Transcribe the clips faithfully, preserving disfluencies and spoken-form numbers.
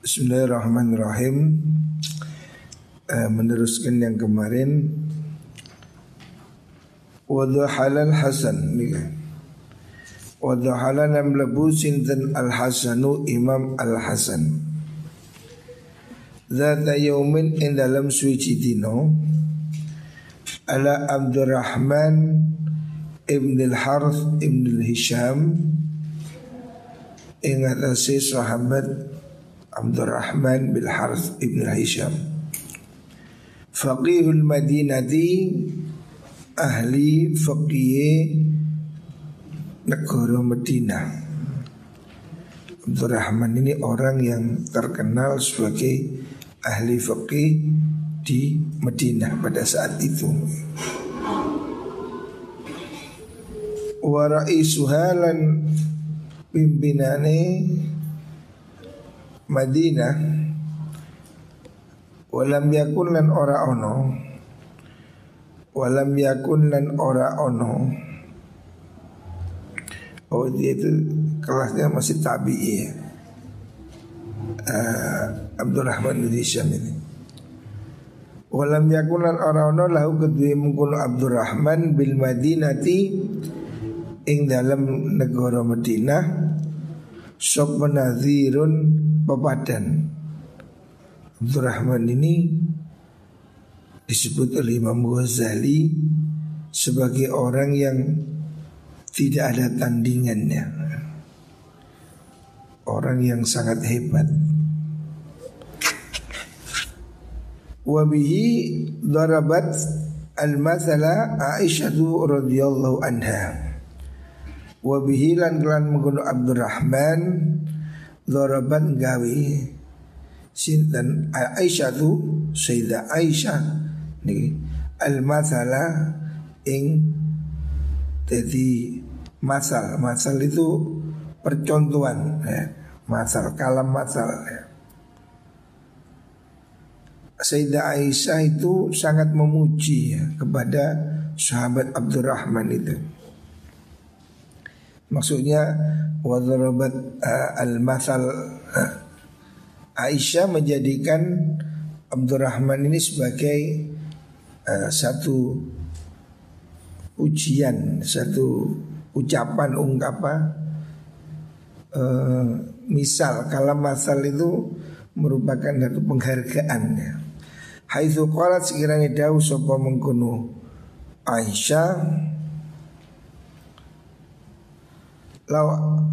Bismillahirrahmanirrahim. uh, Meneruskan yang kemarin. Wadhahalal Hasan Wadhahalan amlabu sinten al-Hasanu Imam al-Hasan Zata yaumin in dalam suci dino Ala Abdurrahman Ibn al-Harth Ibn al-Hisham Ingatasi sahabat Abdurrahman bin Harth Ibn al-Hisham Faqihul Madinati, ahli faqih negara Madinah. Abdurrahman ini orang yang terkenal sebagai ahli faqih di Madinah pada saat itu. Wa ra'isuhalan pimpinane Madinah, walam yakun lan ora ono, walam yakun lan ora ono. Oh, dia itu kelasnya masih tabi'i ya. uh, Abdurrahman bin Hisham ini. Walam yakun lan ora ono lahu kedue mengkono Abdurrahman bil Madinati ing dalam negara Madinah sop nadhirun pepadan. Abdurrahman ini disebut oleh Imam Ghazali sebagai orang yang tidak ada tandingannya, orang yang sangat hebat. Wabihi darabat al-mathala Aisyah radhiyallahu anha. Wabihi lan kelan mengguno Abdurrahman darabat gawe sinten Aisyah tu Sayyidah Aisyah ni al-mathala ing jadi masal. Masal itu percontohan ya. Masal, kalam masal ya. Sayyidah Aisyah itu sangat memuji ya, kepada sahabat Abdurrahman itu. Maksudnya wadarabat uh, al-masal uh, Aisyah menjadikan Abdurrahman ini sebagai uh, satu ujian, satu ucapan, ungkapan. uh, Misal, kalam masal itu merupakan satu penghargaan ya. Haitsu qalat sekiranya dawu sapa mengkono Aisyah, Lau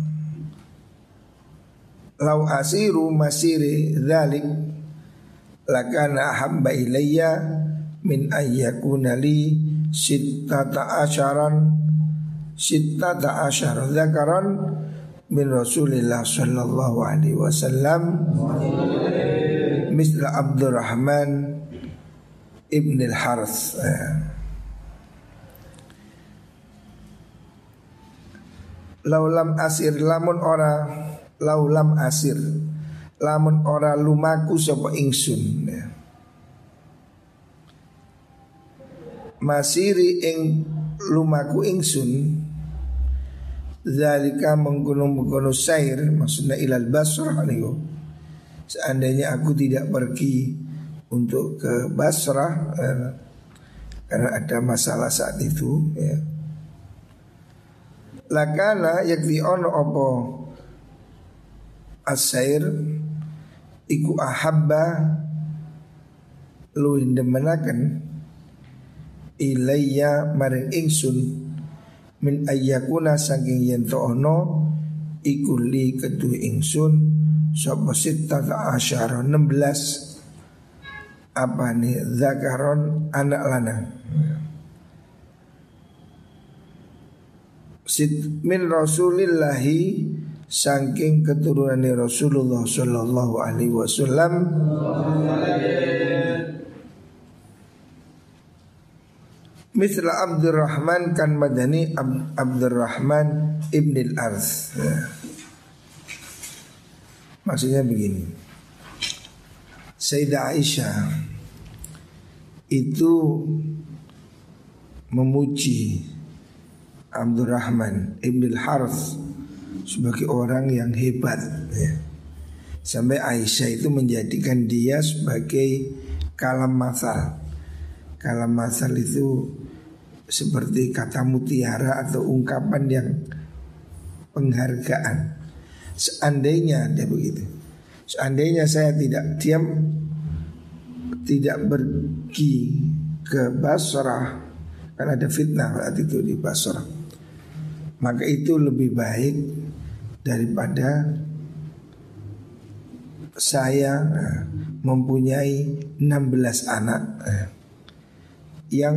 Lau asiru masiri dzalik lakana ahabba ilayya min ayyakuna li sittata asyaran sittata asyara dzakaran min Rasulillah sallallahu alaihi wasallam misla Abdurrahman ibn al-Harth. Laulam asir lamun ora laulam asir lamun ora lumaku sapa ingsun ya. Masiri ing lumaku ingsun zalika menggunung-gunung sair, maksudnya ilal Basrah niku. Seandainya aku tidak pergi untuk ke Basrah eh, karena ada masalah saat itu ya. Lakana yakti ono opo asair iku ahabba luwih demenaken ilayya maring ingsun min ayyakuna saking yen to ono iku li kedue ingsun sapa sittata asyara enam belas apa nih zakaron anak lanang Sit min Rasulillahi saking keturunan Rasulullah sallallahu alaihi wasallam misla Abdurrahman kan madani Ab Abdurrahman ibn al-Arth ya. Maksudnya begini, Sayyidah Aisyah itu memuji Abdurrahman ibn al-Harth sebagai orang yang hebat ya. Sampai Aisyah itu menjadikan dia sebagai kalam masal. Kalam masal itu seperti kata mutiara atau ungkapan yang penghargaan. Seandainya dia begitu, seandainya saya tidak diam, tidak pergi ke Basrah, kan ada fitnah saat itu di Basrah, maka itu lebih baik daripada saya mempunyai enam belas anak yang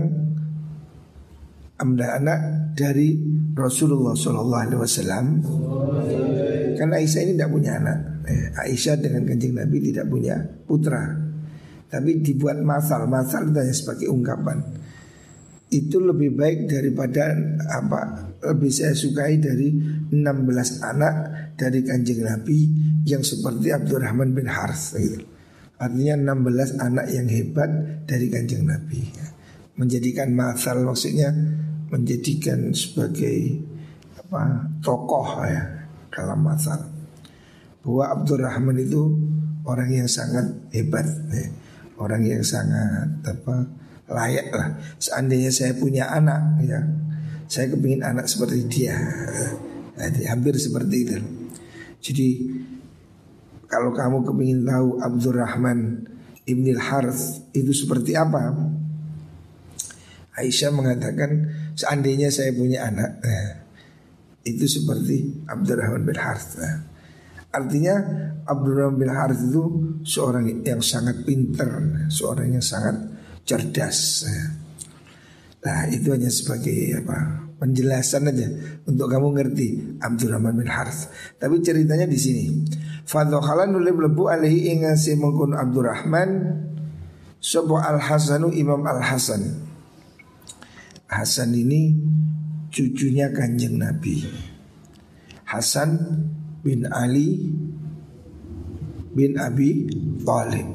anak dari Rasulullah shallallahu alaihi wasallam. Karena Aisyah ini tidak punya anak. Aisyah dengan Kanjeng Nabi tidak punya putra, tapi dibuat masal. Masal itu hanya sebagai ungkapan. Itu lebih baik daripada apa? Lebih saya sukai dari enam belas anak dari Kanjeng Nabi yang seperti Abdurrahman bin Harth gitu. Artinya enam belas anak yang hebat dari Kanjeng Nabi. Menjadikan masal maksudnya menjadikan sebagai apa? Tokoh ya dalam masal. Bahwa Abdurrahman itu orang yang sangat hebat ya. Orang yang sangat apa? Layak lah. Seandainya saya punya anak ya, saya kepingin anak seperti dia. Jadi hampir seperti itu. Jadi kalau kamu kepingin tahu Abdurrahman Ibnil Harth itu seperti apa, Aisyah mengatakan seandainya saya punya anak nah, itu seperti Abdurrahman bin Harth. Nah, artinya Abdurrahman bin Harth itu seorang yang sangat pintar, seorang yang sangat cerdas. Nah itu hanya sebagai apa, penjelasan aja untuk kamu ngerti Abdurrahman bin Harth. Tapi ceritanya di sini. Fadhokhalan nulib lebu alaihi ingasi mengkun Abdurrahman sobo al Hasanu Imam al Hasan. Hasan ini cucunya Kanjeng Nabi. Hasan bin Ali bin Abi Thalib.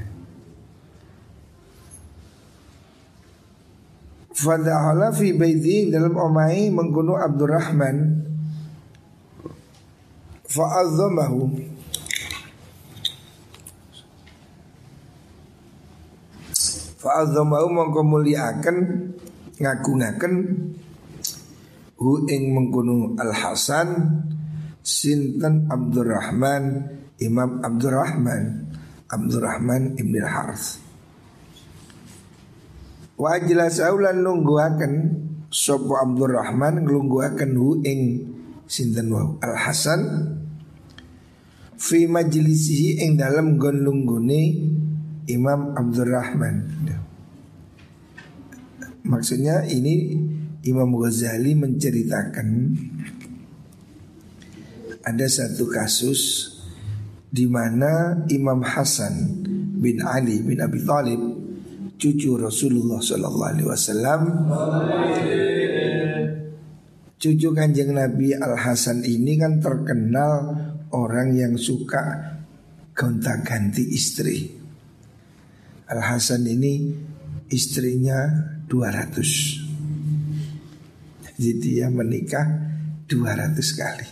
Fadhahala fi baiti dalam omai mengkuno Abdurrahman fa'azzamahu fa'azzamahu mengkemuliakan ngagungaken hu ing mengkuno Al-Hasan sinten Abdurrahman Imam Abdurrahman Abdurrahman Ibn Harth. Wa ajlasau lan nungguaken sapa Abdurrahman nglungguaken hu ing sinten wau Al Hasan fi majlisihi ing dalem nggon lunggune Imam Abdurrahman. Maksudnya ini Imam Ghazali menceritakan ada satu kasus di mana Imam Hasan bin Ali bin Abi Thalib cucu Rasulullah Sallallahu Alaihi Wasallam, cucu Kanjeng Nabi Al Hasan ini kan terkenal orang yang suka gonta-ganti istri. Al Hasan ini istrinya dua ratus. Jadi dia menikah dua ratus kali.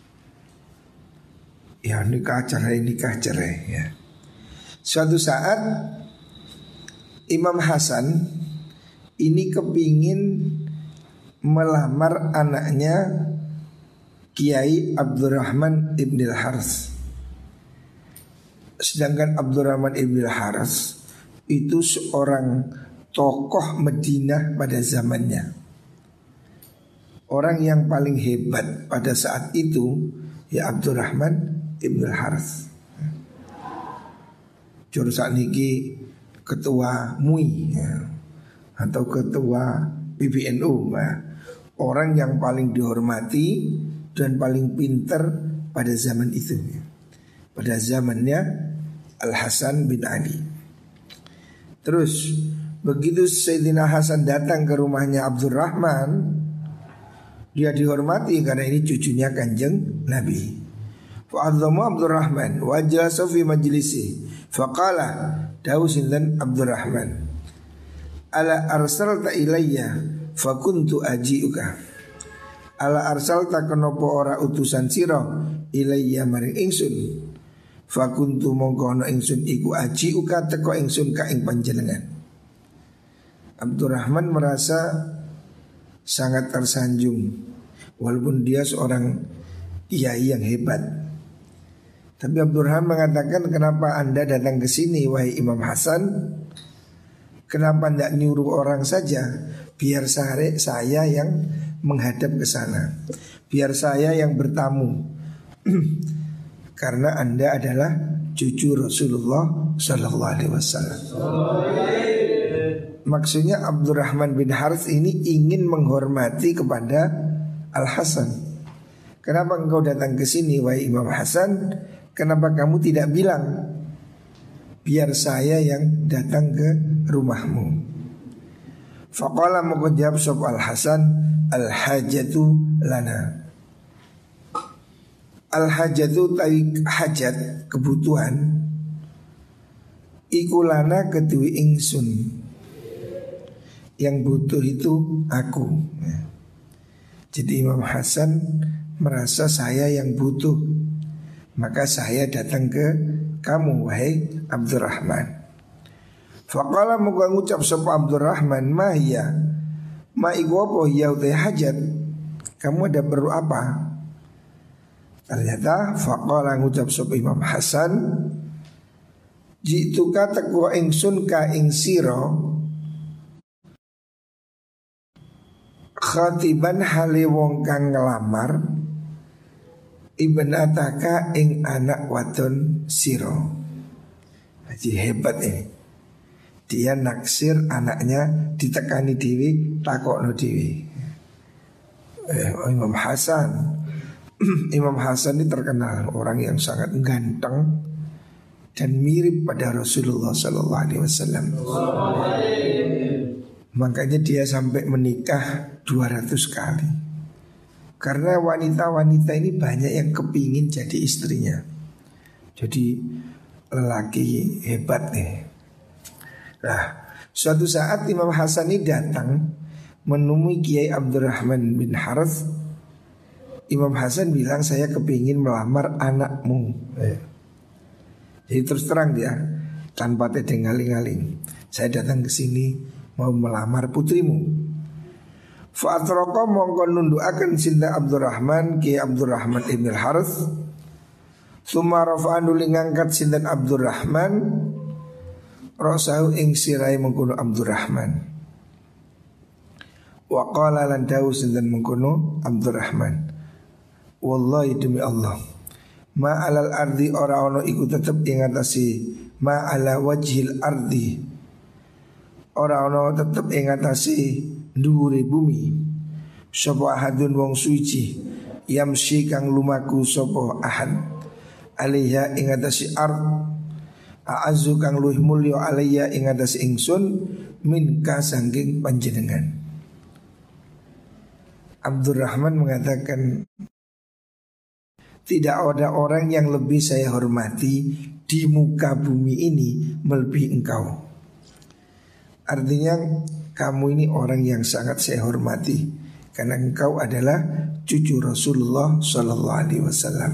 Ya nikah cerai nikah cerai ya. Suatu saat Imam Hasan ini kepingin melamar anaknya Kiai Abdurrahman Ibnil Harth. Sedangkan Abdurrahman Ibnil Harth itu seorang tokoh Madinah pada zamannya. Orang yang paling hebat pada saat itu ya Abdurrahman Ibnil Harth. Jurusan niki ketua M U I ya, atau ketua P B N U ya. Orang yang paling dihormati dan paling pintar pada zaman itu ya. Pada zamannya Al Hasan bin Ali. Terus begitu Sayyidina Hasan datang ke rumahnya Abdurrahman, dia dihormati karena ini cucunya Kanjeng Nabi. Fa'adzamu Abdurrahman wa jalasa fi majlisi faqala dawu sinten Abdurrahman ala arsalta ilayya fakuntu ajiuka ala arsalta kenopo ora utusan sira ilayya maring ingsun Fakuntu mongko ana ingsun iku aji uka teko ingsun ka ing panjenengan. Abdurrahman merasa sangat tersanjung walaupun dia seorang kiai yang hebat. Tapi Abdurrahman mengatakan, kenapa anda datang ke sini wahai Imam Hasan? Kenapa tidak nyuruh orang saja? Biar sehari saya yang menghadap ke sana, biar saya yang bertamu. Karena anda adalah cucu Rasulullah Sallallahu Alaihi Wasallam. Maksudnya Abdurrahman bin Harith ini ingin menghormati kepada Al Hasan. Kenapa engkau datang ke sini wahai Imam Hasan? Kenapa kamu tidak bilang biar saya yang datang ke rumahmu? Faqala maka jawab sop Al Hasan, al hajatu lana. Al-hajatu tawi hajat, kebutuhan, iku lana kedui ingsun. Yang butuh itu aku. Jadi Imam Hasan merasa saya yang butuh, maka saya datang ke kamu wahai Abdurrahman. Faqala muka ngucap sapa Abdurrahman, mahya ma iku apa ya utai hajat, kamu ada perlu apa? Ternyata faqala ngucap sapa Imam Hasan, jituka teko ingsun ka ing sira khatiban hale wong kang ngelamar ibnataka ing anak wadon sira. Haji hebat ini. Dia naksir anaknya ditekani dewi, takokno dewi. Eh, Imam Hasan Imam Hasan ini terkenal orang yang sangat ganteng dan mirip pada Rasulullah Sallallahu Alaihi Wasallam. Makanya dia sampai menikah dua ratus kali. Karena wanita-wanita ini banyak yang kepingin jadi istrinya. Jadi lelaki hebat nih. Nah, suatu saat Imam Hasan ini datang menemui Kiai Abdurrahman bin Harith. Imam Hasan bilang, saya kepingin melamar anakmu. eh. Jadi terus terang dia, tanpa tedeng-aling-aling, saya datang ke sini mau melamar putrimu. Fa'atroko mongko nunduaken sinta Abdurrahman Kiai Abdurrahman ibn Harith. Suma rafa'an nuli ngangkat sinten Abdurrahman rasahu ing sirai mengkono Abdurrahman. Wa qala lan dawu sinten mengkono Abdurrahman, wallahi demi Allah, ma alal ardi ora ono iku tetep ing atase, ma ala wajhil ardi ora ono tetep ing atase dhuwure bumi, sapa ahadun wong suci, yamsi kang lumaku sapa ahad, alaiha ing atase ard, a'azzu kang luwih mulya alaiya ing atase ingsun, minka sangking panjenengan. Abdurrahman mengatakan, tidak ada orang yang lebih saya hormati di muka bumi ini melebihi engkau. Artinya kamu ini orang yang sangat saya hormati karena engkau adalah cucu Rasulullah Sallallahu Alaihi Wasallam.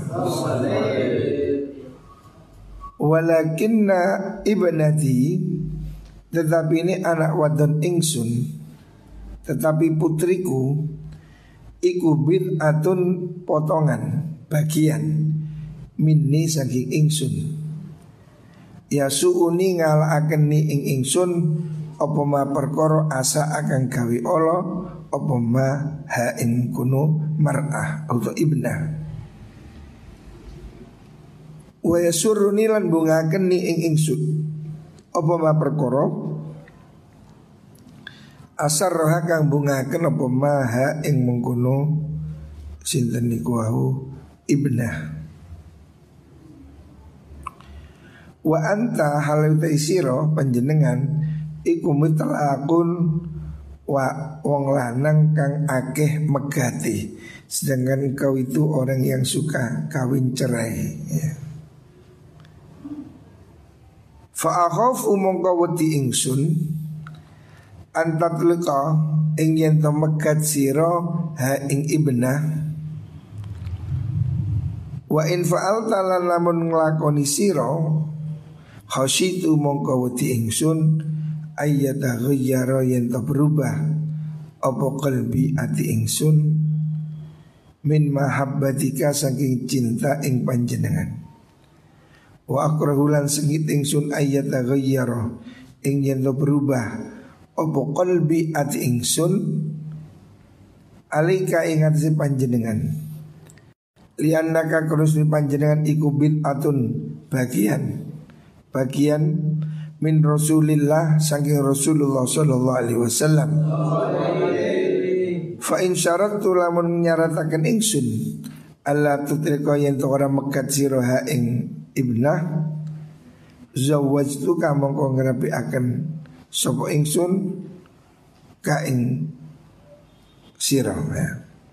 Walakinna ibnati, tetapi ini anak wadon ingsun, tetapi putriku iku bid'atun potongan, bagian minni saking ingsun. Ya suuni ngalaaken ni ing ingsun apa ma perkara asa akan gawe Allah, apa ma ha ing kuno mar'ah atau ibnah. Wa yasurruni lan bungaken ni ing ingsun apa ma perkara asar roha kang bungaken apa ma ha ing mengkono sinten niku wau ibnah. Wa anta halau taisiro panjenengan iku mutlaqun wa wong lanang kang akeh megati, sedangkan engkau itu orang yang suka kawin cerai ya. Fa akhafu mongko wedi ingsun antatlika ing yen to megat sira ha ing ibnah Wa in fa'alta lan lamun nglakoni sira khasyitu mongko wedi ingsun ayyata ghayyara yen ta berubah apa qalbi ati ingsun min mahabbatika saking cinta ing panjenengan. Wa akrahu lan sengit ingsun ayyata ghayyara ing yen ta berubah apa qalbi ati ingsun alika ing atase panjenengan. Liannaka kurusni panjenengan iku bid'atun bagian bagian min Rasulillah saking Rasulullah sallallahu alaihi wasallam. Fa in syarattu lamun nyarataken ingsun alla tutrika yen ora mekat sira ing ibnah zawwajtu ka mongko ngrapiaken sapa ingsun ka ing sira ya.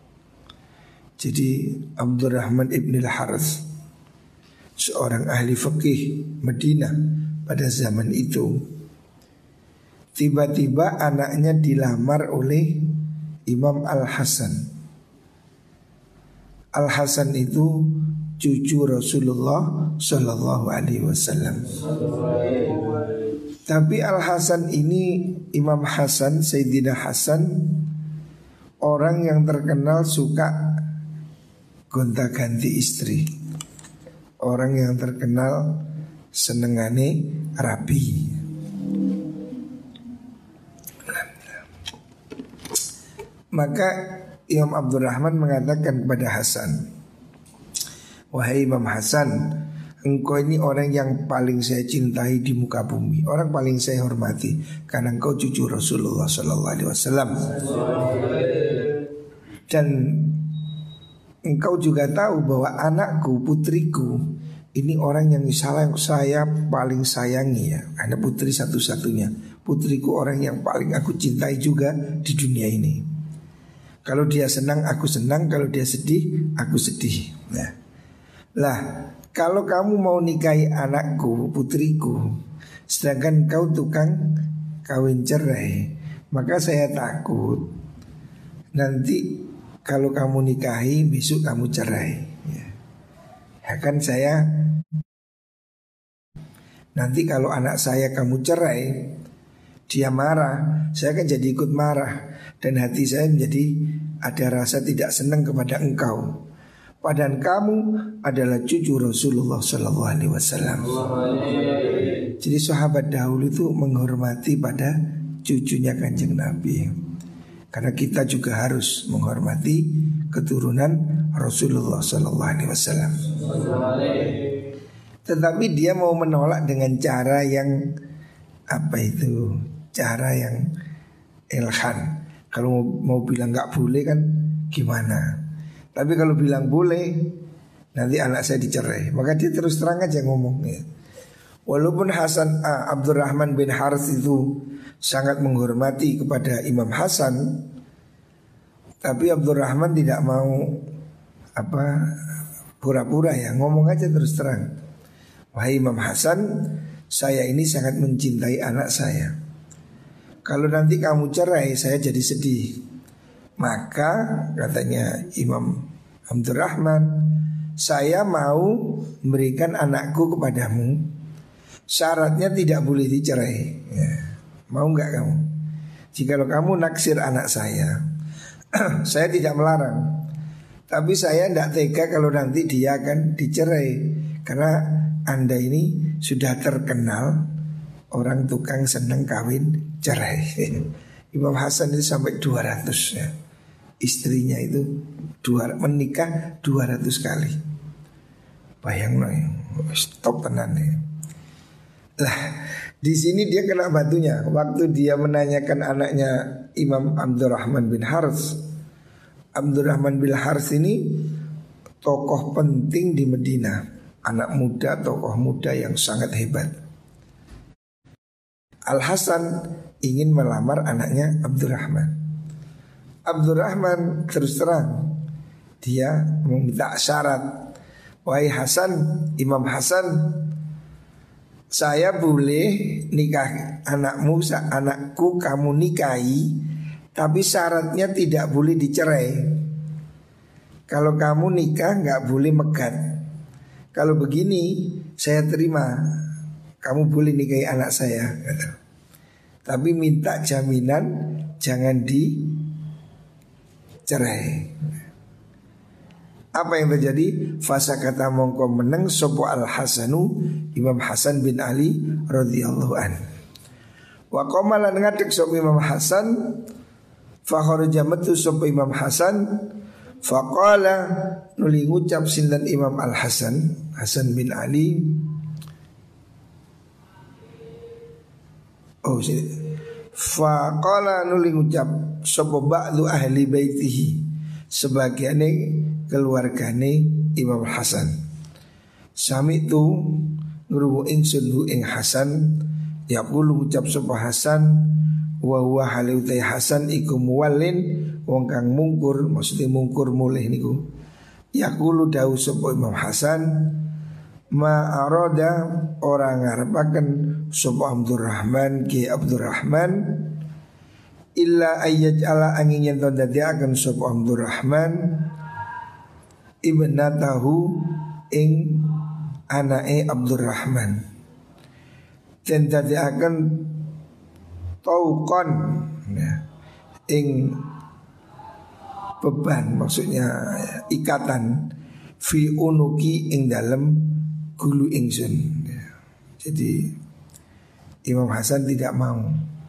Jadi Abdurrahman ibn al-Harith, seorang ahli fikih Madinah pada zaman itu, tiba-tiba anaknya dilamar oleh Imam Al-Hasan. Al-Hasan itu cucu Rasulullah Sallallahu Alaihi Wasallam. Tapi Al-Hasan ini, Imam Hasan, Sayyidina Hasan, orang yang terkenal suka gonta-ganti istri, orang yang terkenal senengane rabi. Maka Imam Abdurrahman mengatakan kepada Hasan, wahai Imam Hasan, engkau ini orang yang paling saya cintai di muka bumi, orang paling saya hormati, karena engkau cucu Rasulullah Sallallahu Alaihi Wasallam. Dan engkau juga tahu bahwa anakku, putriku, ini orang yang salah saya paling sayangi ya, karena putri satu-satunya. Putriku orang yang paling aku cintai juga di dunia ini. Kalau dia senang aku senang, kalau dia sedih aku sedih. Nah, lah kalau kamu mau nikahi anakku, putriku, sedangkan kau tukang kawin cerai, maka saya takut nanti kalau kamu nikahi besok kamu cerai ya. Ya kan saya nanti kalau anak saya kamu cerai, dia marah, saya kan jadi ikut marah, dan hati saya menjadi ada rasa tidak senang kepada engkau. Padahal kamu adalah cucu Rasulullah Sallallahu Alaihi Wasallam. Jadi sahabat dahulu itu menghormati pada cucunya Kanjeng Nabi. Karena kita juga harus menghormati keturunan Rasulullah Sallallahu Alaihi Wasallam. Tetapi dia mau menolak dengan cara yang apa itu? Cara yang ilhan. Kalau mau bilang nggak boleh kan gimana? Tapi kalau bilang boleh, nanti anak saya dicerai. Maka dia terus terang aja ngomongnya. Walaupun Hasan ah, Abdurrahman bin Harith itu sangat menghormati kepada Imam Hasan, tapi Abdurrahman tidak mau apa pura-pura ya, ngomong aja terus terang. Wahai Imam Hasan, saya ini sangat mencintai anak saya. Kalau nanti kamu cerai, saya jadi sedih. Maka katanya Imam Abdurrahman, saya mau memberikan anakku kepadamu, syaratnya tidak boleh dicerai ya. Mau nggak kamu? Jikalau kamu naksir anak saya, saya tidak melarang. Tapi saya tidak tega kalau nanti dia akan dicerai, karena Anda ini sudah terkenal orang tukang seneng kawin cerai. Imam Hasan itu sampai dua ratus ya. Istrinya itu dua, menikah dua ratus kali. Bayang no, stop tenan ya. Lah, di sini dia kena batunya. Waktu dia menanyakan anaknya Imam Abdurrahman bin Harith. Abdurrahman bin Harith ini tokoh penting di Madinah, anak muda, tokoh muda yang sangat hebat. Al-Hasan ingin melamar anaknya Abdurrahman. Abdurrahman terus terang, dia meminta syarat. Wahai Hasan, Imam Hasan, saya boleh nikah anakmu, anakku kamu nikahi, tapi syaratnya tidak boleh dicerai. Kalau kamu nikah nggak boleh megat, kalau begini saya terima, kamu boleh nikahi anak saya, kata. Tapi minta jaminan jangan dicerai. Apa yang terjadi? Fasa kata mongko meneng sopo al Hasanu, Imam Hasan bin Ali radhiyallahu an. Wa qama lan ngadeg sopo Imam Hasan, fa kharaja metu sopo Imam Hasan, faqala nuli ngucap sinten Imam Al Hasan, Hasan bin Ali. Oh, faqala nuli ngucap sapa ba'du ahli baitihi, sebagiane keluargane Imam Hasan. Sami tu ngrungu ingsun hu ing Hasan, yaqulu ngucap sapa Hasan, wa huwa halutai Hasan iku muwallin wong kang mungkur, maksudnya mungkur mulih niku. Yaqulu dawu sapa Imam Hasan, ma arada orang ngarepaken sapa Abdurrahman ki Abdurrahman illa ayyaj ala angin yen to dadiaken sapa Abdurrahman ibnatahu ing anake Abdurrahman, den dadiaken tauqan ya, ing beban, maksudnya ikatan fi unuki ing dalem gulu ingsun. Jadi Imam Hasan tidak mau.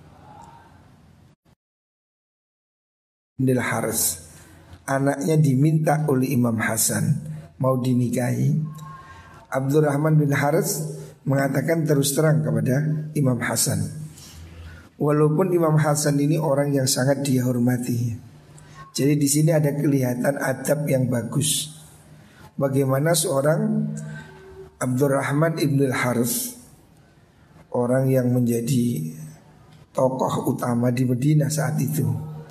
Ibnul Haris, anaknya diminta oleh Imam Hasan mau dinikahi. Abdurrahman bin Haris mengatakan terus terang kepada Imam Hasan, walaupun Imam Hasan ini orang yang sangat dia hormati. Jadi di sini ada kelihatan adab yang bagus. Bagaimana seorang Abdurrahman ibnul Harith, orang yang menjadi tokoh utama di Madinah saat itu,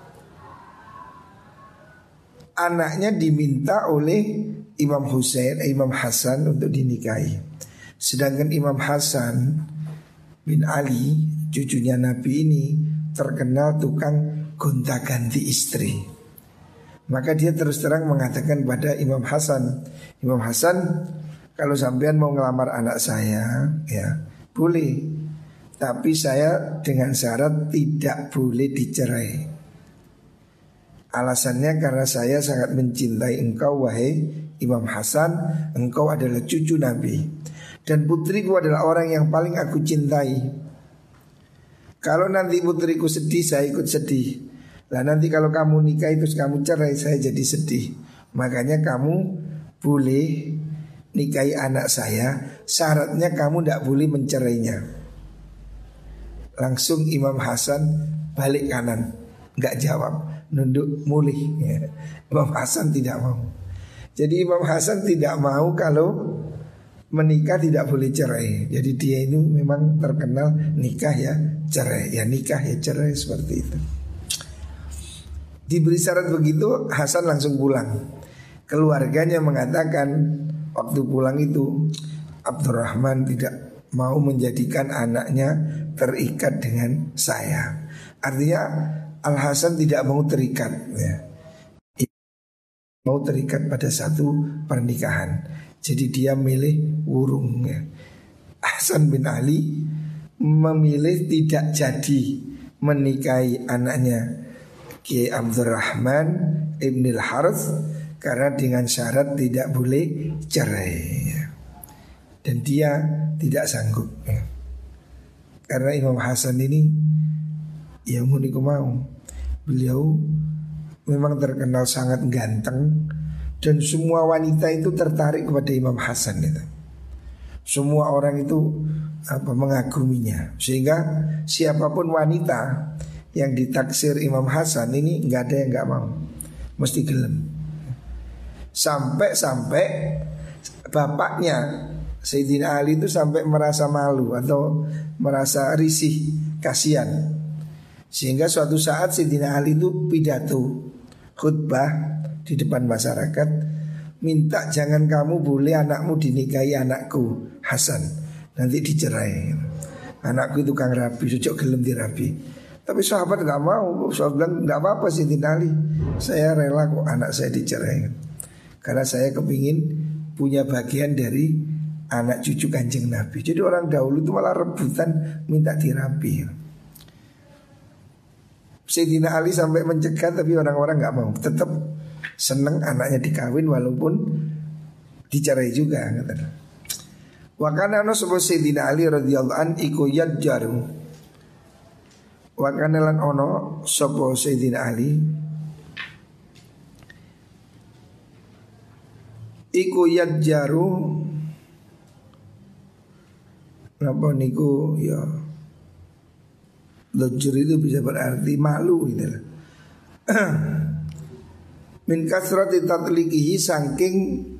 anaknya diminta oleh Imam Husain, Imam Hasan untuk dinikahi. Sedangkan Imam Hasan bin Ali, cucunya Nabi ini, terkenal tukang gonta-ganti istri. Maka dia terus terang mengatakan pada Imam Hasan, Imam Hasan, kalau sampean mau ngelamar anak saya, ya boleh, tapi saya dengan syarat tidak boleh dicerai. Alasannya karena saya sangat mencintai engkau wahai Imam Hasan, engkau adalah cucu Nabi dan putriku adalah orang yang paling aku cintai. Kalau nanti putriku sedih, saya ikut sedih. Lah nanti kalau kamu nikah terus kamu cerai, saya jadi sedih. Makanya kamu boleh nikahi anak saya, syaratnya kamu tidak boleh mencerainya. Langsung Imam Hasan balik kanan, nggak jawab, nunduk mulih ya. Imam Hasan tidak mau. Jadi Imam Hasan tidak mau kalau menikah tidak boleh cerai. Jadi dia ini memang terkenal nikah ya cerai, ya nikah ya cerai, seperti itu. Diberi syarat begitu, Hasan langsung pulang. Keluarganya mengatakan waktu pulang itu, Abdurrahman tidak mau menjadikan anaknya terikat dengan saya. Artinya Al Hasan tidak mau terikat ya. Mau terikat pada satu pernikahan. Jadi dia milih wurung ya. Hasan bin Ali memilih tidak jadi menikahi anaknya Kiai Abdurrahman ibnul Harith karena dengan syarat tidak boleh cerai ya. Dan dia tidak sanggup ya. Karena Imam Hasan ini ya muniku mau, beliau memang terkenal sangat ganteng dan semua wanita itu tertarik kepada Imam Hasan itu. Semua orang itu apa mengaguminya, sehingga siapapun wanita yang ditaksir Imam Hasan ini nggak ada yang nggak mau, mesti gelem. Sampai-sampai bapaknya Sayyidina Ali itu sampai merasa malu atau merasa risih, kasihan. Sehingga suatu saat Sayyidina Ali itu pidato khutbah di depan masyarakat, minta jangan kamu boleh anakmu dinikahi anakku Hasan, nanti dicerai. Anakku itu kang rabi, sejak gelem dirabi. Tapi sahabat gak mau, sahabat bilang gak apa-apa Sayyidina Ali, saya rela kok anak saya dicerai, karena saya kepingin punya bagian dari anak cucu Kanjeng Nabi. Jadi orang dahulu itu malah rebutan minta dirapi. Sayyidina Ali sampai mencegah, tapi orang-orang gak mau. Tetap seneng anaknya dikawin walaupun dicerai juga. Wa kana ana sapa Sayyidina Ali radhiyallahu an iku yadjaru. Wa kana lan ono sapa Sayyidina Ali iku yadjaru. Napa niku ya Dajjur itu bisa berarti malu gitu. Min kasrati tatliqihi saking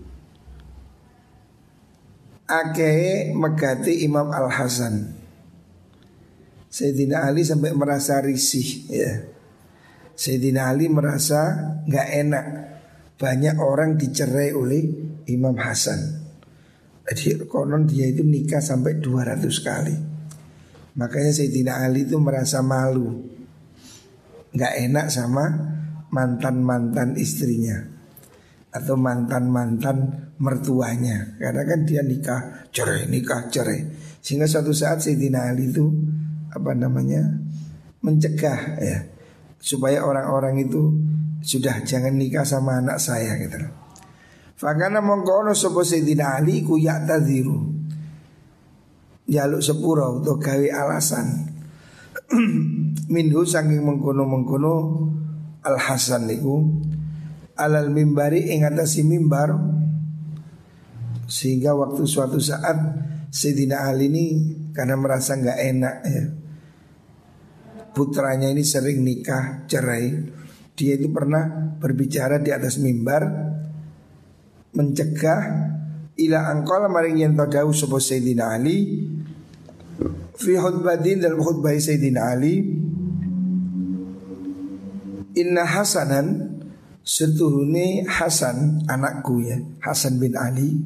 akeh megati Imam Al Hasan. Sayyidina Ali sampai merasa risih ya. Sayyidina Ali merasa nggak enak banyak orang dicerai oleh Imam Hasan. Jadi konon dia itu nikah sampai dua ratus kali. Makanya Sayyidina Ali itu merasa malu, nggak enak sama mantan-mantan istrinya atau mantan-mantan mertuanya. Karena kan dia nikah cerai, nikah cerai. Sehingga suatu saat Sayyidina Ali itu apa namanya mencegah ya, supaya orang-orang itu sudah jangan nikah sama anak saya gitu. Fakana mongko ono sapa Sayyidina Ali ku ya'tadziru, jaluk sepuro untuk gawe alasan minhu saking mengkono-mengkono Al Hasan niku alal mimbari ing atase mimbar, sehingga waktu suatu saat Sayyidina Ali ini karena merasa nggak enak ya, putranya ini sering nikah cerai, dia itu pernah berbicara di atas mimbar mencegah ila angkala maring yen tadau sapa Sayyidina Ali fi khutbatin dalam khutbah Sayyidina Ali, inna Hasanan setuhune Hasan anakku ya, Hasan bin Ali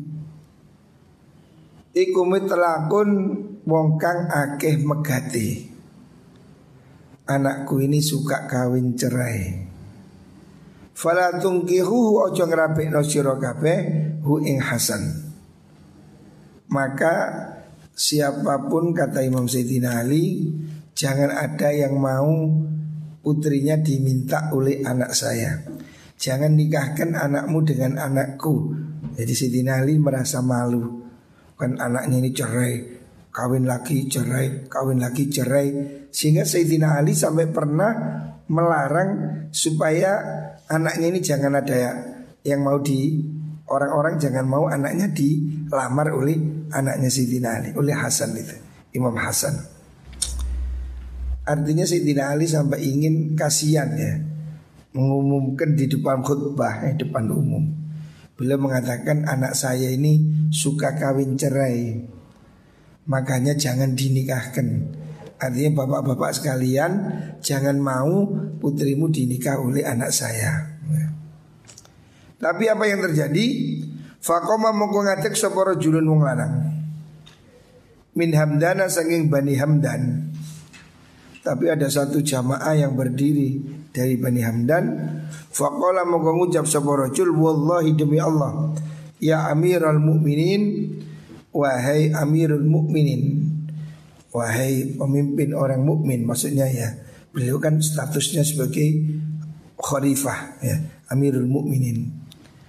iku mitlakun wong kang akeh megati. Anakku ini suka kawin cerai. Fala tungkihu ojo ngrapekno sira kabeh hu ing Hasan. Maka siapapun kata Imam Sayyidina Ali, jangan ada yang mau putrinya diminta oleh anak saya. Jangan nikahkan anakmu dengan anakku. Jadi Sayyidina Ali merasa malu, kan anaknya ini cerai, kawin lagi cerai, kawin lagi cerai. Sehingga Sayyidina Ali sampai pernah melarang supaya anaknya ini jangan ada yang mau di, orang-orang jangan mau anaknya dilamar oleh anaknya Sayyidina Ali, oleh Hasan itu, Imam Hasan. Artinya Sayyidina Ali sampai ingin kasihan ya, mengumumkan di depan khutbah, eh, depan umum. Beliau mengatakan anak saya ini suka kawin cerai, makanya jangan dinikahkan. Artinya bapak-bapak sekalian, jangan mau putrimu dinikah oleh anak saya. Tapi apa yang terjadi? Faqoma mongko ngadeg sapa rajulun wong lanang min Hamdana saking Bani Hamdan. Tapi ada satu jamaah yang berdiri dari Bani Hamdan. Faqala mongko ngucap sapa rajul, wallahi demi Allah, ya Amiral Mukminin, wahai Amirul Mukminin, wahai pemimpin orang mukmin. Maksudnya ya, beliau kan statusnya sebagai khalifah ya, Amirul Mukminin.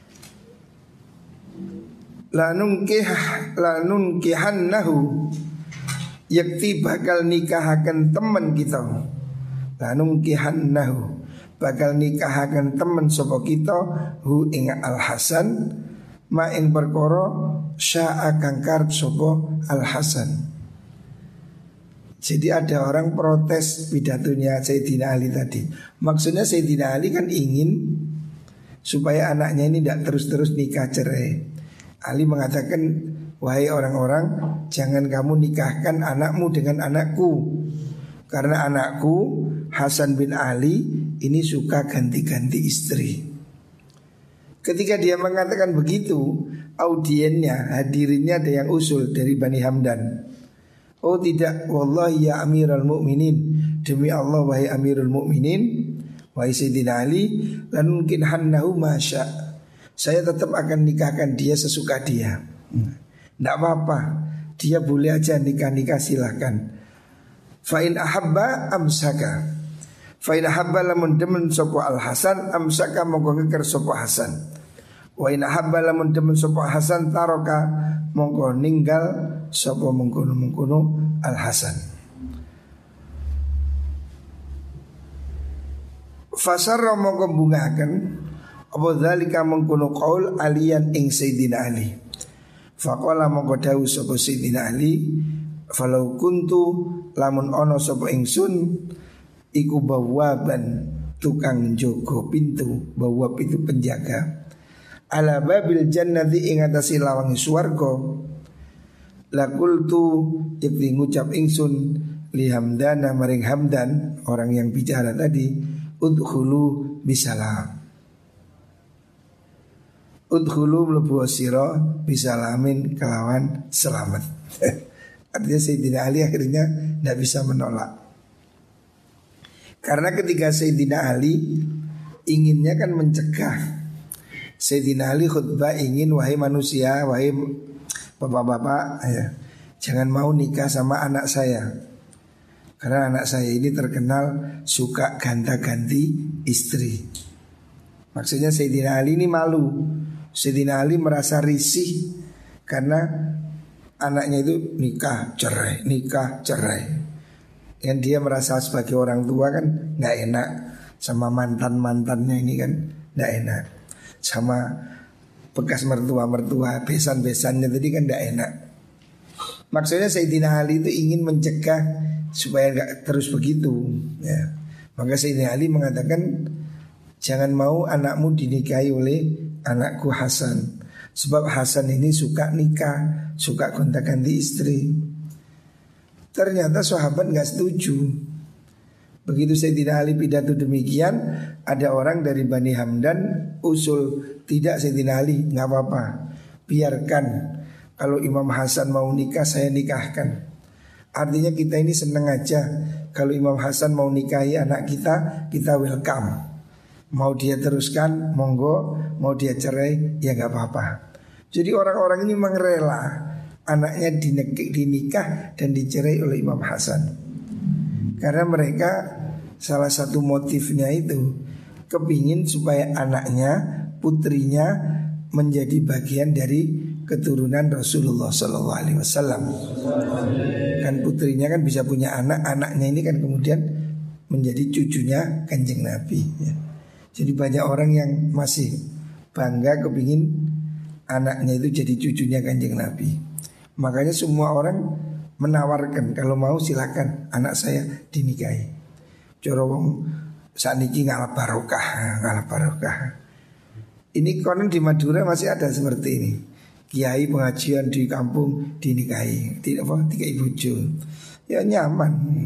Lanun kih lanun kihannahu, yakti bakal nikahaken teman kita. Lanun kihannahu, bakal nikahaken teman sapa kita hu ing Al Hasan ma ing perkara syaa kang karep sapa Al Hasan. Jadi ada orang protes pidatonya Sayyidina Ali tadi. Maksudnya Sayyidina Ali kan ingin supaya anaknya ini tidak terus-terus nikah cerai. Ali mengatakan, wahai orang-orang, jangan kamu nikahkan anakmu dengan anakku, karena anakku Hasan bin Ali ini suka ganti-ganti istri. Ketika dia mengatakan begitu, audiennya, hadirinnya ada yang usul dari Bani Hamdan. Oh tidak, wallahi ya Amirul Mukminin, demi Allah wahai Amirul Mukminin, wahai Sayyidina Ali, lan mungkin hannahu masya, saya tetap akan nikahkan dia sesuka dia. Tidak apa-apa, dia boleh aja nikah-nikah silahkan. Fa'in ahabba amsaka, fa'in ahabba lamun demen sopo al Hasan amsaka mongko ngeker sopo Hasan. Wa in ahabba lamun demen sopo Hasan taroka mongko ninggal sopo mengkono-mengkono al Hasan. Fasarra mongko bungaken apa dzalika mengkono qaul aliyan ing Sayyidina Ali. Faqala mongko dawuh sapa Sayyidina Ali, falau kuntu lamun ono sapa ingsun iku bawaban tukang jogo pintu, bawab itu penjaga. Ala babil jannati ing atase lawangi swarga. Laqultu yakti ngucap ingsun li Hamdana maring Hamdan orang yang bicara tadi, udkhulu bisalam. Udkhulu mlebu sira bisalamin kelawan selamat. Artinya Sayyidina Ali akhirnya tidak bisa menolak. Karena ketika Sayyidina Ali inginnya kan mencegah. Sayyidina Ali khutbah ingin, wahai manusia, wahai bapak-bapak, ya, jangan mau nikah sama anak saya. Karena anak saya ini terkenal suka ganta-ganti istri. Maksudnya Sayyidina Ali ini malu. Sayyidina Ali merasa risih karena anaknya itu nikah cerai, nikah cerai. Yang dia merasa sebagai orang tua kan nggak enak sama mantan-mantannya ini kan nggak enak, sama bekas mertua-mertua, besan-besannya tadi kan nggak enak. Maksudnya Sayyidina Ali itu ingin mencegah supaya nggak terus begitu. Ya. Maka Sayyidina Ali mengatakan jangan mau anakmu dinikahi oleh anakku Hasan. Sebab Hasan ini suka nikah, suka gonta-ganti istri. Ternyata sahabat gak setuju. Begitu Sayyidina Ali pidato demikian, ada orang dari Bani Hamdan usul, tidak Sayyidina Ali, gak apa-apa, biarkan. Kalau Imam Hasan mau nikah saya nikahkan. Artinya kita ini seneng aja. Kalau Imam Hasan mau nikahi anak kita, kita welcome. Mau dia teruskan, monggo. Mau dia cerai, ya gak apa-apa. Jadi orang-orang ini memang rela anaknya dinikah dan dicerai oleh Imam Hasan. Karena mereka salah satu motifnya itu kepingin supaya anaknya, putrinya menjadi bagian dari keturunan Rasulullah Sallallahu Alaihi Wasallam. Kan putrinya kan bisa punya anak, anaknya ini kan kemudian menjadi cucunya Kanjeng Nabi. Ya. Jadi banyak orang yang masih bangga kepingin anaknya itu jadi cucunya Kanjeng Nabi. Makanya semua orang menawarkan kalau mau silakan anak saya dinikahi. Corong saniki ngalap barokah, ngalap barokah. Ini konon di Madura masih ada seperti ini. Kiai pengajian di kampung dinikahi, tidak apa, tiga ibu jo. Ya nyaman.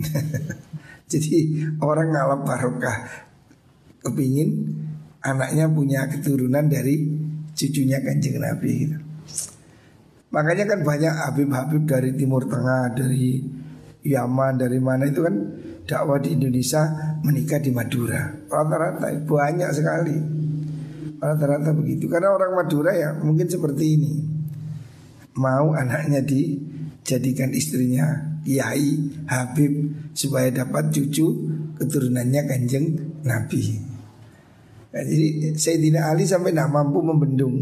Jadi orang ngalap barokah, kepingin anaknya punya keturunan dari cucunya Kanjeng Nabi gitu. Makanya kan banyak habib-habib dari Timur Tengah, dari Yaman, dari mana itu kan dakwah di Indonesia menikah di Madura. Rata-rata banyak sekali. Rata-rata begitu. Karena orang Madura ya mungkin seperti ini. Mau anaknya dijadikan istrinya kiai, habib, supaya dapat cucu keturunannya Kanjeng Nabi. Nah, jadi Sayyidina Ali sampai tidak mampu membendung.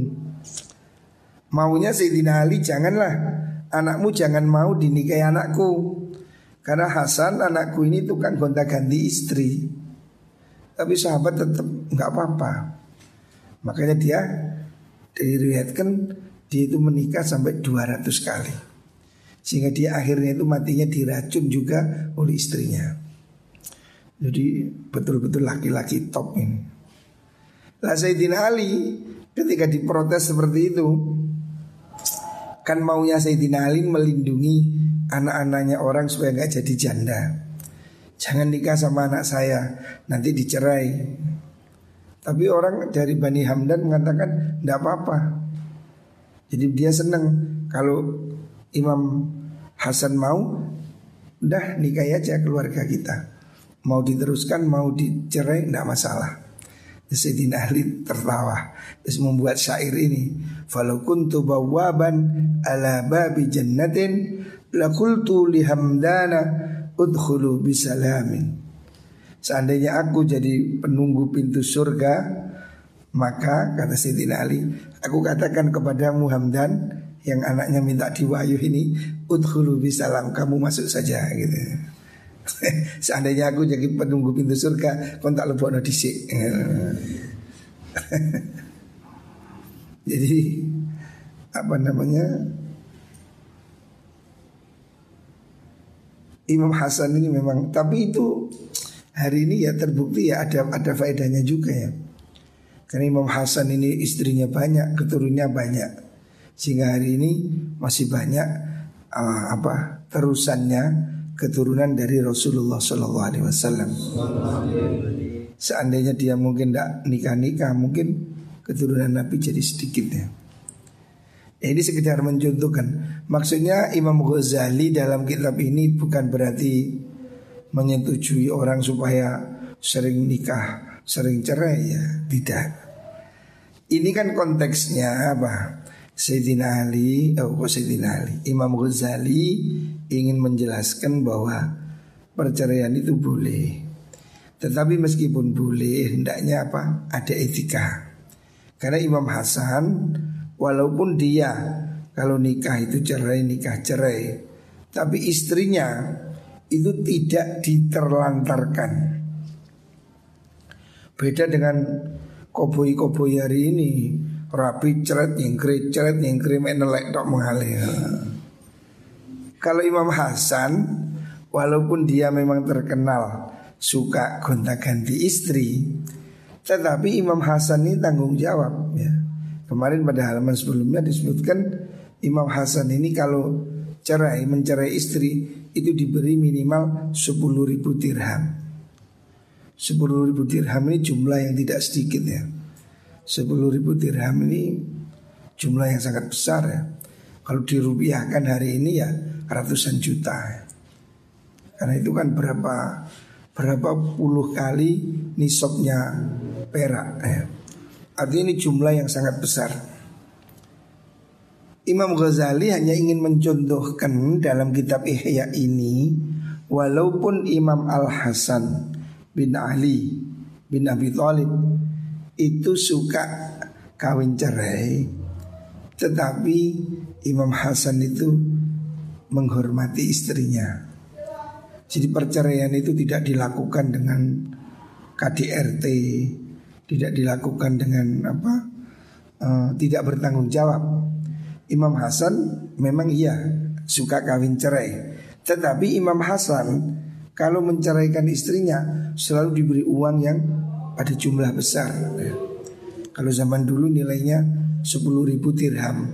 Maunya Sayyidina Ali, janganlah anakmu jangan mau dinikahi anakku, karena Hasan anakku ini tukang gonta-ganti istri. Tapi sahabat tetap nggak apa-apa. Makanya dia diriwayatkan dia itu menikah sampai dua ratus kali. Sehingga dia akhirnya itu matinya diracun juga oleh istrinya. Jadi betul-betul laki-laki top ini. Lah Sayyidina Ali ketika diprotes seperti itu, kan maunya Sayyidina Ali melindungi anak-anaknya orang supaya gak jadi janda. Jangan nikah sama anak saya, nanti dicerai. Tapi orang dari Bani Hamdan mengatakan tidak apa-apa. Jadi dia senang kalau Imam Hasan mau, udah nikahi aja keluarga kita. Mau diteruskan, mau dicerai, tidak masalah. Sayyidina Ali tertawa, terus membuat syair ini. falau kuntu bawwaban ala babi jannatin laqultu li hamdana udkhulu bisalamin. Seandainya aku jadi penunggu pintu surga, maka kata Sayyidina Ali, aku katakan kepadamu Hamdan yang anaknya minta diwayu ini, udkhulu bisalam, kamu masuk saja gitu. Seandainya aku jadi penunggu pintu surga, kon tak lebokno dhisik. Jadi apa namanya, Imam Hasan ini memang, tapi itu hari ini ya terbukti ya ada ada faedahnya juga ya. Karena Imam Hasan ini istrinya banyak, keturunannya banyak, sehingga hari ini masih banyak uh, apa terusannya keturunan dari Rasulullah Shallallahu Alaihi Wasallam. Seandainya dia mungkin tidak nikah-nikah, mungkin keturunan Nabi jadi sedikit ya. Ya, ini sekedar mencontohkan. Maksudnya Imam Ghazali dalam kitab ini bukan berarti menyetujui orang supaya sering nikah, sering cerai ya, tidak. Ini kan konteksnya apa? Sayyidina Ali, oh Sayyidina Ali, Imam Ghazali ingin menjelaskan bahwa perceraian itu boleh. Tetapi meskipun boleh, hendaknya apa? Ada etika. Karena Imam Hasan walaupun dia kalau nikah itu cerai, nikah cerai, tapi istrinya itu tidak diterlantarkan. Beda dengan koboi-koboi hari ini, rapi ceret nyengkri ceret nyengkri menelek tok mengalir. Kalau Imam Hasan walaupun dia memang terkenal suka gonta-ganti istri, tetapi Imam Hasan ini tanggung jawab ya. Kemarin pada halaman sebelumnya disebutkan Imam Hasan ini kalau cerai, mencerai istri itu diberi minimal sepuluh ribu dirham. Sepuluh ribu dirham ini jumlah yang tidak sedikit ya. Sepuluh ribu dirham ini jumlah yang sangat besar ya. Kalau dirupiahkan hari ini ya ratusan juta ya. Karena itu kan berapa berapa puluh kali nisabnya perak ya. Artinya ini jumlah yang sangat besar. Imam Ghazali hanya ingin mencontohkan dalam kitab Ihya ini, walaupun Imam Al-Hasan bin Ali bin Abi Thalib itu suka kawin cerai, tetapi Imam Hasan itu menghormati istrinya. Jadi perceraian itu tidak dilakukan dengan K D R T, tidak dilakukan dengan apa? Uh, tidak bertanggung jawab. Imam Hasan memang iya suka kawin cerai, tetapi Imam Hasan kalau menceraikan istrinya selalu diberi uang yang pada jumlah besar ya. Kalau zaman dulu nilainya sepuluh ribu dirham.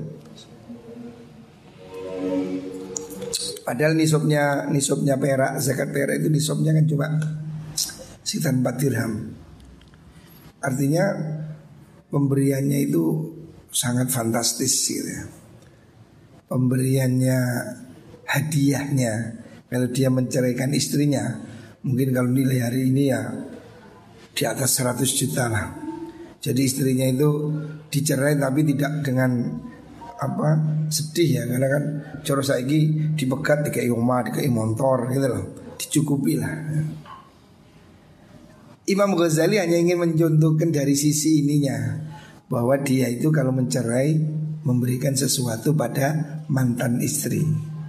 Padahal nisabnya nisabnya perak, zakat perak itu nisabnya kan cuma sekitar empat dirham. Artinya pemberiannya itu sangat fantastis gitu ya. Pemberiannya, hadiahnya, kalau dia menceraikan istrinya, mungkin kalau nilai hari ini ya di atas seratus juta lah. Jadi istrinya itu dicerai tapi tidak dengan apa sedih ya, karena kan coro saiki dipegat dikai omah, dikai motor gitu loh, dicukupi lah. Imam Ghazali hanya ingin mencontohkan dari sisi ininya, bahwa dia itu kalau mencerai memberikan sesuatu pada mantan istri.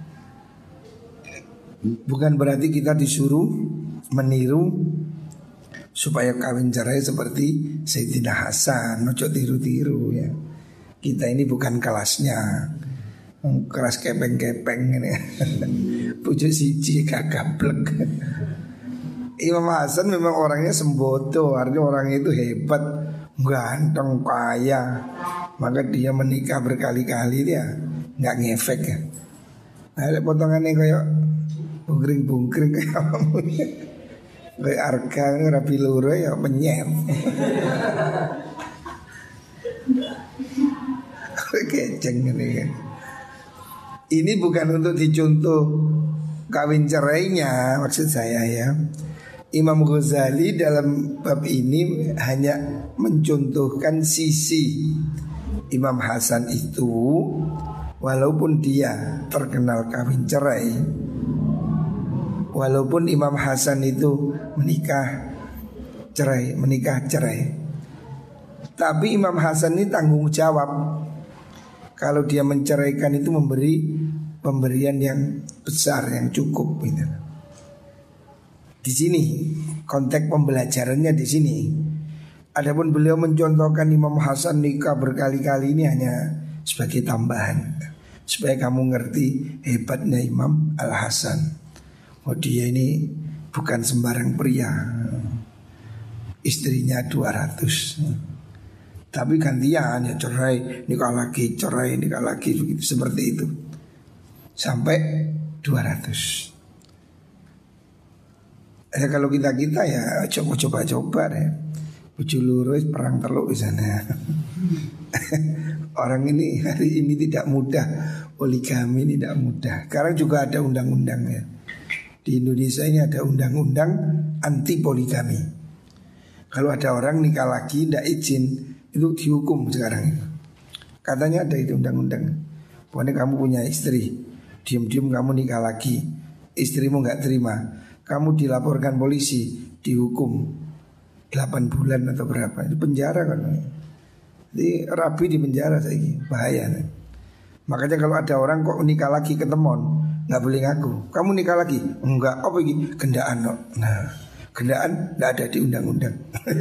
Bukan berarti kita disuruh meniru supaya kawin cerai seperti Sayyidina Hasan, ojo tiru-tiru ya. Kita ini bukan kelasnya, kelas kepeng-kepeng ini. Pucuk siji kagablek. Imam Hasan memang orangnya sembodo, artinya orangnya itu hebat, ganteng, kaya. Maka dia menikah berkali-kali, dia nggak ngefek ya. Ada potongannya kayak bungkring-bungkring kayak apa? Kayak arka rapi luro ya menyem. Keceng ini kan. Ini bukan untuk dicontoh kawin cerainya, maksud saya ya. Imam Ghazali dalam bab ini hanya mencontohkan sisi Imam Hasan itu walaupun dia terkenal kawin cerai, walaupun Imam Hasan itu menikah cerai, menikah cerai, tapi Imam Hasan ini tanggung jawab. Kalau dia menceraikan itu memberi pemberian yang besar, yang cukup gitu. Di sini konteks pembelajarannya di sini. Adapun beliau mencontohkan Imam Hasan nikah berkali-kali ini hanya sebagai tambahan, supaya kamu ngerti hebatnya Imam Al Hasan. Oh, dia ini bukan sembarang pria. Istrinya dua ratus. Tapi gantian ya, cerai, nikah lagi, cerai, nikah lagi, begitu, seperti itu. Sampai dua ratus. Ya kalau kita-kita ya coba-coba-coba ya. Bucu lurus perang teluk di sana. Orang ini hari ini tidak mudah, poligami ini tidak mudah. Sekarang juga ada undang-undang ya. Di Indonesia ini ada undang-undang anti poligami. Kalau ada orang nikah lagi tidak izin, itu dihukum sekarang. Katanya ada itu undang-undang. Pokoknya kamu punya istri, diam-diam kamu nikah lagi, istrimu nggak terima, kamu dilaporkan polisi, dihukum delapan bulan atau berapa. Itu penjara kan. Jadi rabi di penjara saya, bahaya. Makanya kalau ada orang kok nikah lagi ketemon, nggak boleh ngaku. Kamu nikah lagi? Enggak. Apa ini? Gendaan no. Nah, gendaan nggak ada di undang-undang.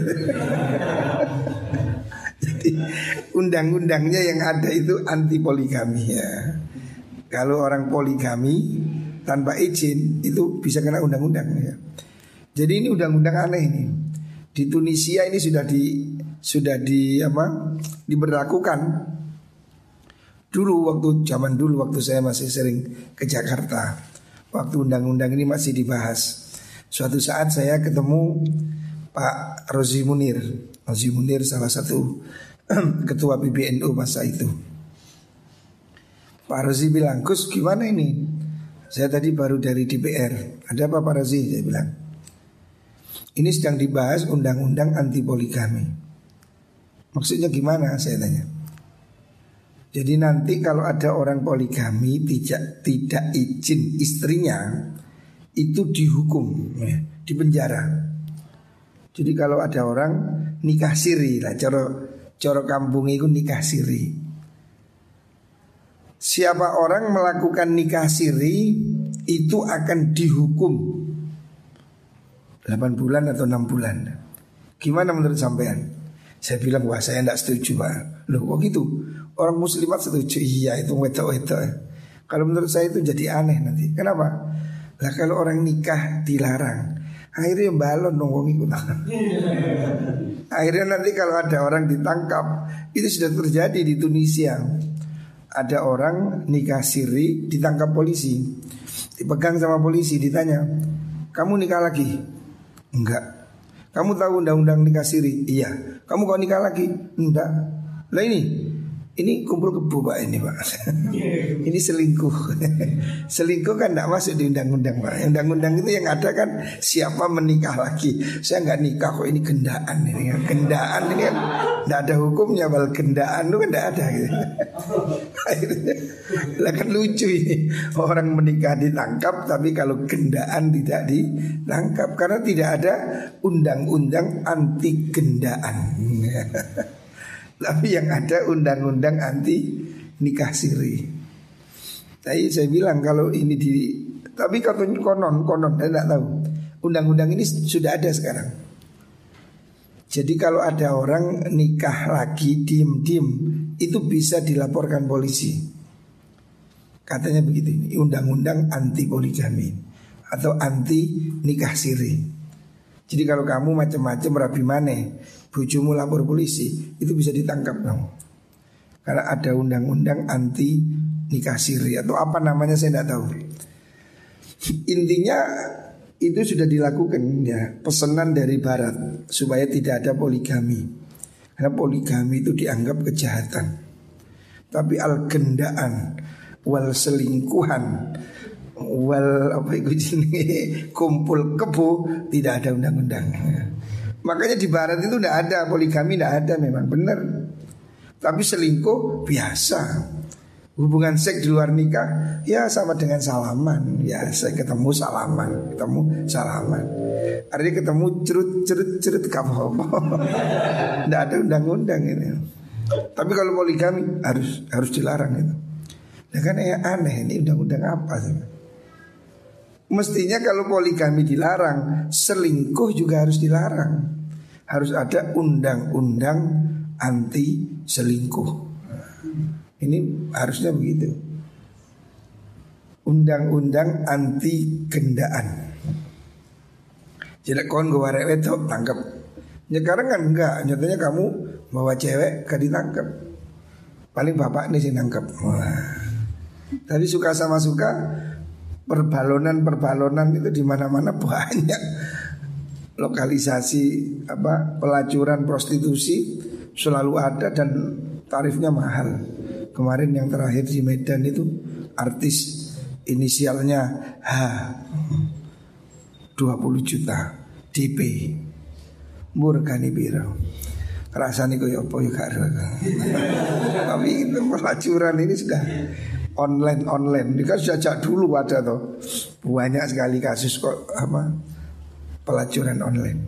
Jadi undang-undangnya yang ada itu anti poligami ya. Kalau orang poligami tanpa izin itu bisa kena undang-undang ya. Jadi ini undang-undang aneh ini. Di Tunisia ini sudah di sudah di apa? Diberlakukan. Dulu waktu zaman dulu waktu saya masih sering ke Jakarta, waktu undang-undang ini masih dibahas. Suatu saat saya ketemu Pak Rozi Munir. Rozi Munir salah satu ketua P B N U masa itu. Pak Rozi bilang, "Gus, gimana ini? Saya tadi baru dari D P R. Ada apa Pak Rozi?" Saya bilang, "Ini sedang dibahas undang-undang anti poligami." Maksudnya gimana? Saya tanya. Jadi nanti kalau ada orang poligami tidak tidak izin istrinya, itu dihukum ya, di penjara. Jadi kalau ada orang nikah siri lah, coro coro kampung itu nikah siri. Siapa orang melakukan nikah siri itu akan dihukum delapan bulan atau enam bulan. Gimana menurut sampean? Saya bilang, wah saya tidak setuju Pak. Loh kok gitu? Orang muslimat setuju. Iya itu wedok-wedok. Kalau menurut saya itu jadi aneh nanti. Kenapa? Lah kalau orang nikah dilarang, akhirnya balon nongong ikut. Akhirnya nanti kalau ada orang ditangkap, itu sudah terjadi di Tunisia. Ada orang nikah siri ditangkap polisi, dipegang sama polisi, ditanya, "Kamu nikah lagi?" "Enggak." "Kamu tahu undang-undang nikah siri?" "Iya." "Kamu kok nikah lagi?" "Enggak." "Lah ini Ini kumpul kebo Pak ini Pak." Ini selingkuh. Selingkuh kan tidak masuk di undang-undang Pak. Undang-undang itu yang ada kan siapa menikah lagi. Saya nggak nikah kok, ini gendaan ini kan. Gendaan ini kan tidak ada hukumnya. Bal gendaan itu kan tidak ada gitu. Akhirnya lah kan lucu ini. Orang menikah ditangkap, tapi kalau gendaan tidak ditangkap karena tidak ada undang-undang anti gendaan. Tapi yang ada undang-undang anti nikah siri. Tapi saya bilang kalau ini di, tapi kalau konon konon saya tidak tahu. Undang-undang ini sudah ada sekarang. Jadi kalau ada orang nikah lagi diem-diem itu bisa dilaporkan polisi. Katanya begitu ini undang-undang anti poligami atau anti nikah siri. Jadi kalau kamu macam-macam rabi maneh, bojomu lapor polisi, itu bisa ditangkap kamu. Karena ada undang-undang anti nikah siri atau apa namanya saya tidak tahu. Intinya itu sudah dilakukan ya, pesanan dari barat supaya tidak ada poligami. Karena poligami itu dianggap kejahatan. Tapi al-gendaan wal selingkuhan wal apa itu jenis kumpul kebo tidak ada undang-undang. Makanya di barat itu tidak ada poligami, tidak ada, memang benar. Tapi selingkuh biasa. Hubungan seks di luar nikah ya sama dengan salaman. Ya saya ketemu salaman, ketemu salaman. Artinya ketemu cerut-cerut-cerut apa-apa. Tidak ada undang-undang ini. Tapi kalau poligami harus harus dilarang itu. Nah kan ya aneh, ini undang-undang apa sih? Mestinya kalau poligami dilarang, selingkuh juga harus dilarang. Harus ada undang-undang anti selingkuh. Ini harusnya begitu. Undang-undang anti gendaan. Jadi kon gue warek wedok tangkap. Sekarang kan enggak, nyatanya kamu bawa cewek gak ditangkap. Paling bapak nih sih nangkep. Wah. Tapi suka sama suka, perbalonan-perbalonan itu di mana-mana banyak. Lokalisasi apa pelacuran prostitusi selalu ada dan tarifnya mahal. Kemarin yang terakhir di Medan itu artis inisialnya H, dua puluh juta D P. Murgani biro. Rasanya kaya apa ya gak. Tapi itu pelacuran ini sudah online-online. Ini kan sejak dulu ada tuh. Banyak sekali kasus kok apa pelacuran online.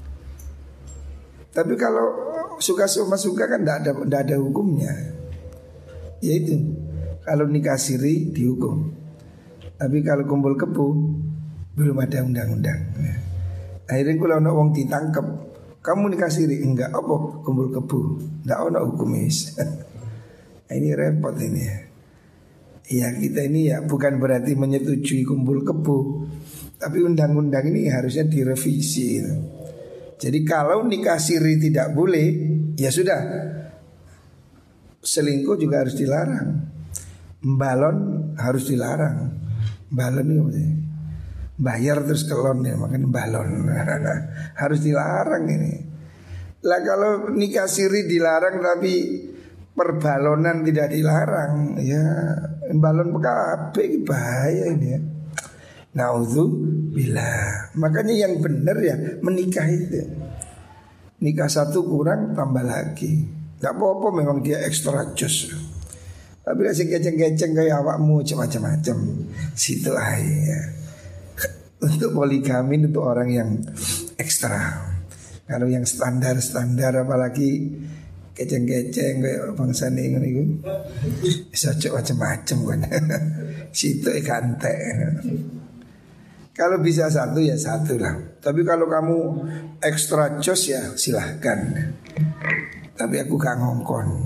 Tapi kalau suka sama suka kan tidak ada tidak ada hukumnya. Yaitu kalau nikah siri dihukum. Tapi kalau kumpul kebo belum ada undang-undang. Akhirnya kalau ada orang ditangkap, kamu nikah siri enggak apa kumpul kebo, tidak ada hukumis. Ini repot ini ya. Ya kita ini ya bukan berarti menyetujui kumpul kebo, tapi undang-undang ini harusnya direvisi gitu. Jadi kalau nikah siri tidak boleh, ya sudah. Selingkuh juga harus dilarang. Balon harus dilarang. Balon itu apa sih? Bayar terus kelon ya, makanya balon. Harus dilarang ini. Lah kalau nikah siri dilarang tapi perbalonan tidak dilarang, ya balon P K B bahaya ini ya. Naudzubillah. Makanya yang benar ya menikah itu. Nikah satu kurang tambah lagi. Gak apa-apa memang dia ekstra jos. Tapi kasih keceng-keceng kayak awakmu macam-macam. Situ aja. Untuk poligami untuk orang yang ekstra. Kalau yang standar-standar apalagi keceng-keceng kayak bangsa ini itu bisa cok macam-macam kan. Situ ikantek. Kalau bisa satu ya satu lah. Tapi kalau kamu ekstra jos ya silahkan. Tapi aku gak ngongkon.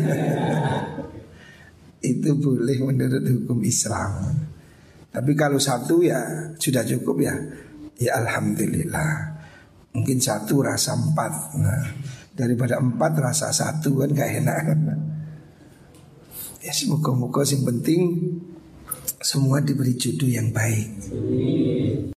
Itu boleh menurut hukum Islam. Tapi kalau satu ya sudah cukup ya. Ya alhamdulillah. Mungkin satu rasa empat. Nah, daripada empat rasa satu kan gak enak. Ya semoga-moga yang penting semua diberi jodoh yang baik.